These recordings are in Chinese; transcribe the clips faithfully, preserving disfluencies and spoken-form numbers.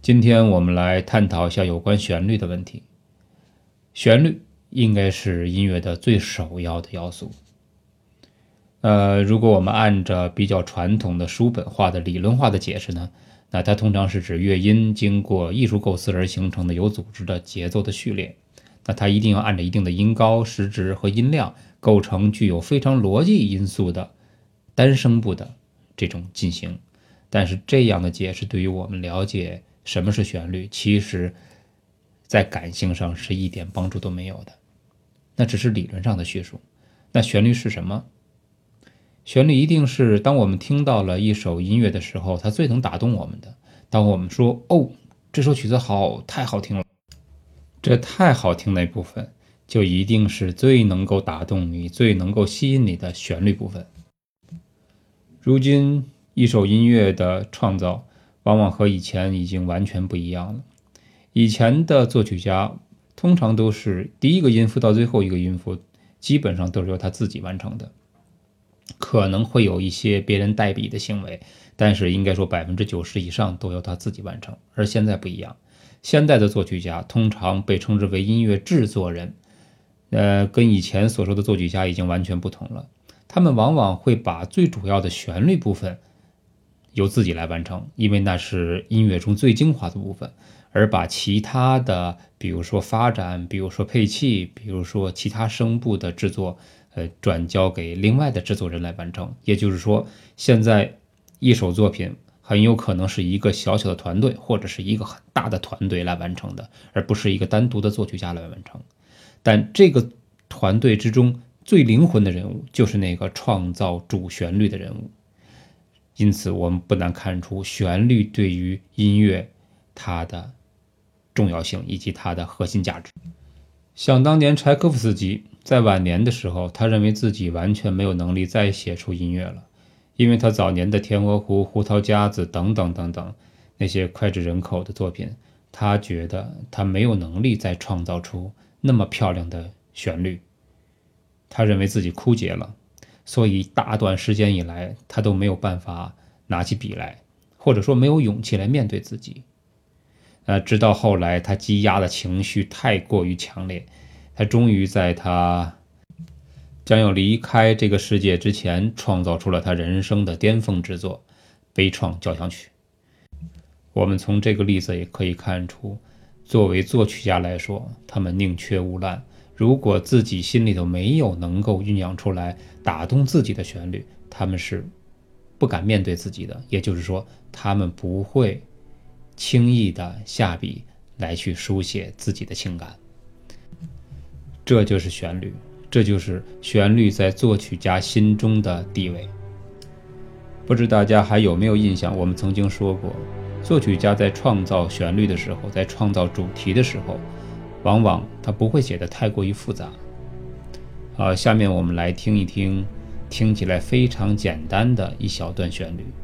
今天我们来探讨一下有关旋律的问题。旋律应该是音乐的最首要的要素。呃，如果我们按照比较传统的书本化的理论化的解释呢，那它通常是指乐音经过艺术构思而形成的有组织的节奏的序列。那它一定要按照一定的音高、时值和音量构成具有非常逻辑因素的单声部的这种进行。但是这样的解释对于我们了解什么是旋律，其实在感性上是一点帮助都没有的。那只是理论上的叙述。那旋律是什么？旋律一定是当我们听到了一首音乐的时候，它最能打动我们的。当我们说哦，这首曲子好，太好听了，这太好听那部分就一定是最能够打动你、最能够吸引你的旋律部分。如今一首音乐的创造往往和以前已经完全不一样了。以前的作曲家通常都是第一个音符到最后一个音符基本上都是由他自己完成的，可能会有一些别人代笔的行为，但是应该说 百分之九十 以上都由他自己完成。而现在不一样，现代的作曲家通常被称之为音乐制作人，呃，跟以前所说的作曲家已经完全不同了。他们往往会把最主要的旋律部分由自己来完成，因为那是音乐中最精华的部分，而把其他的比如说发展，比如说配器，比如说其他声部的制作呃，转交给另外的制作人来完成。也就是说，现在一首作品很有可能是一个小小的团队或者是一个很大的团队来完成的，而不是一个单独的作曲家来完成。但这个团队之中最灵魂的人物就是那个创造主旋律的人物。因此我们不难看出旋律对于音乐它的重要性以及它的核心价值。想当年柴可夫斯基在晚年的时候，他认为自己完全没有能力再写出音乐了，因为他早年的天鹅湖、胡桃夹子等等等等那些脍炙人口的作品，他觉得他没有能力再创造出那么漂亮的旋律，他认为自己枯竭了，所以大段时间以来他都没有办法拿起笔来，或者说没有勇气来面对自己。呃，直到后来他积压的情绪太过于强烈，他终于在他将要离开这个世界之前创造出了他人生的巅峰之作《悲怆交响曲》。我们从这个例子也可以看出，作为作曲家来说，他们宁缺毋滥，如果自己心里头没有能够酝酿出来打动自己的旋律，他们是不敢面对自己的。也就是说，他们不会轻易的下笔来去书写自己的情感。这就是旋律，这就是旋律在作曲家心中的地位。不知大家还有没有印象，我们曾经说过，作曲家在创造旋律的时候，在创造主题的时候，往往他不会写得太过于复杂。好，下面我们来听一听听起来非常简单的一小段旋律。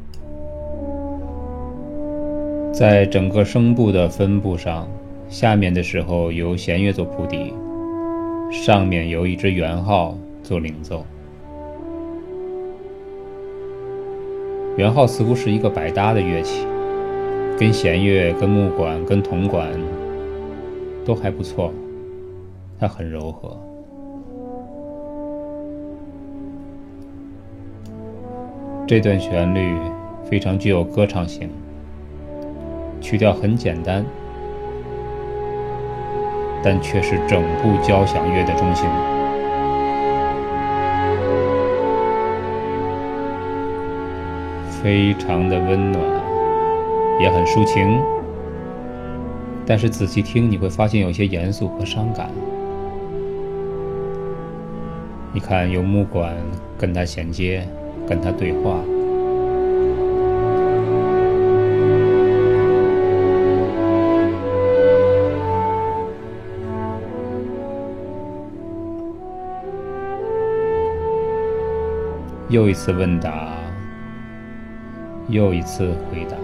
在整个声部的分布上，下面的时候由弦乐做铺底，上面由一支圆号做领奏。圆号似乎是一个百搭的乐器，跟弦乐、跟木管、跟铜管都还不错，它很柔和。这段旋律非常具有歌唱性，曲调很简单，但却是整部交响乐的中心。非常的温暖，也很抒情，但是仔细听你会发现有些严肃和伤感。你看，有木管跟它衔接，跟它对话。又一次问答，又一次回答。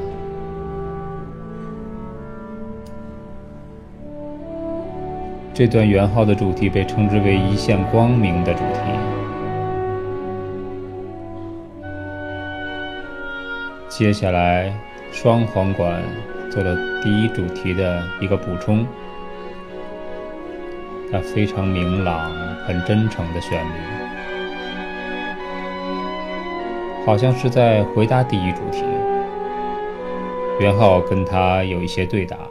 这段圆号的主题被称之为一线光明的主题。接下来，双簧管做了第一主题的一个补充。它非常明朗、很真诚的旋律，好像是在回答第一主题。元浩跟他有一些对答。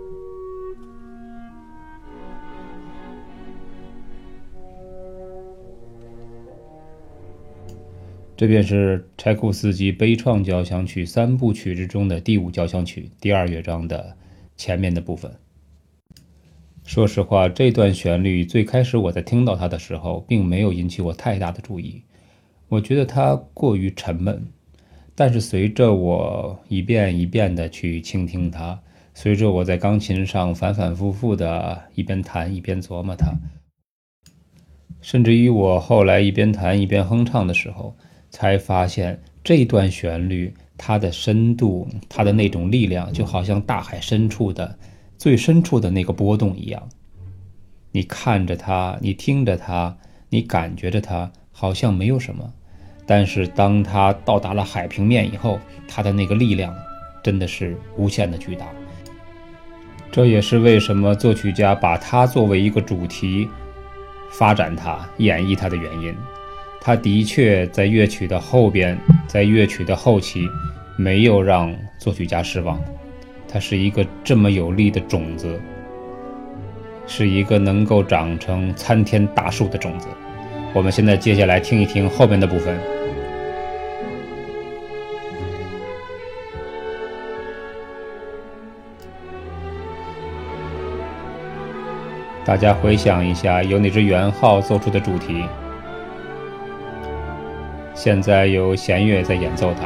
这便是柴可夫斯基悲怆交响曲三部曲之中的第五交响曲第二乐章的前面的部分。说实话，这段旋律最开始我在听到它的时候并没有引起我太大的注意，我觉得它过于沉闷。但是随着我一遍一遍的去倾听它，随着我在钢琴上反反复复的一边弹一边琢磨它，甚至于我后来一边弹一边哼唱的时候，才发现这段旋律它的深度，它的那种力量，就好像大海深处的最深处的那个波动一样。你看着它，你听着它，你感觉着它，好像没有什么，但是当它到达了海平面以后，它的那个力量真的是无限的巨大。这也是为什么作曲家把它作为一个主题发展它、演绎它的原因。他的确在乐曲的后边，在乐曲的后期没有让作曲家失望，它是一个这么有力的种子，是一个能够长成参天大树的种子。我们现在接下来听一听后面的部分。大家回想一下，由哪支元号奏出的主题？现在有弦乐在演奏它。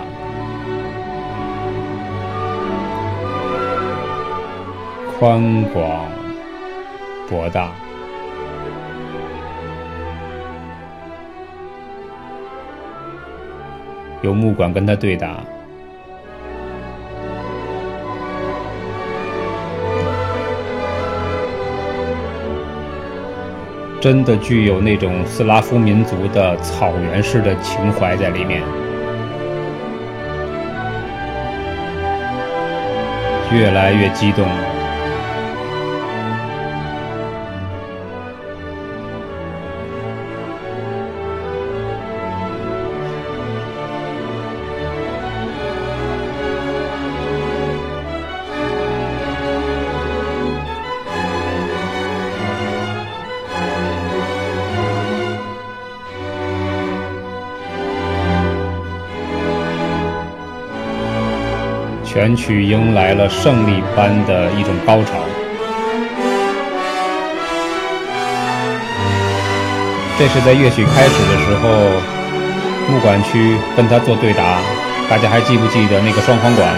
宽广博大，有木管跟他对答。真的具有那种斯拉夫民族的草原式的情怀在里面，越来越激动。全曲迎来了胜利般的一种高潮。这是在乐曲开始的时候，木管区跟他做对答，大家还记不记得那个双簧管？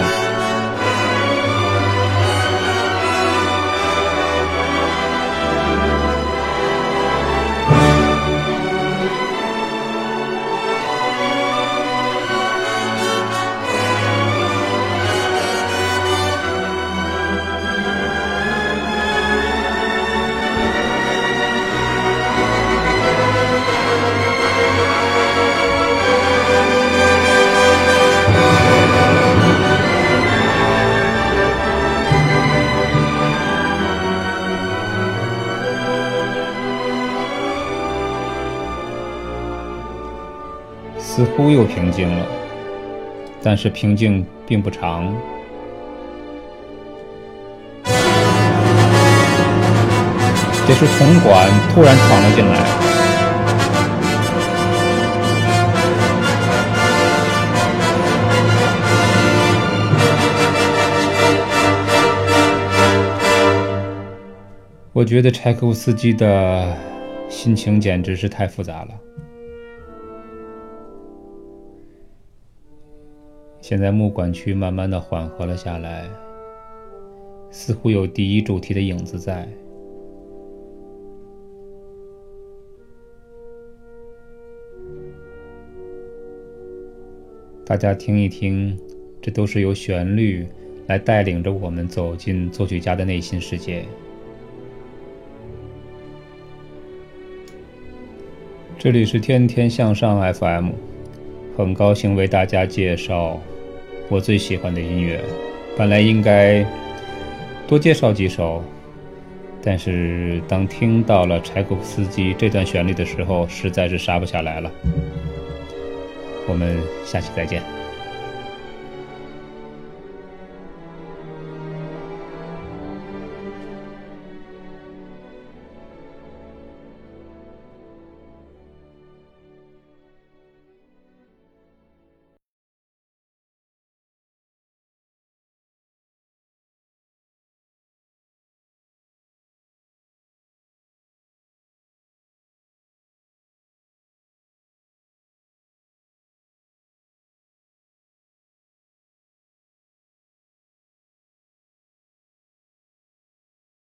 似乎又平静了，但是平静并不长。这时铜管突然闯了进来，我觉得柴可夫斯基的心情简直是太复杂了。现在木管区慢慢的缓和了下来，似乎有第一主题的影子在。大家听一听，这都是由旋律来带领着我们走进作曲家的内心世界。这里是天天向上 F M， 很高兴为大家介绍我最喜欢的音乐。本来应该多介绍几首。但是当听到了柴可夫斯基这段旋律的时候，实在是杀不下来了。我们下期再见。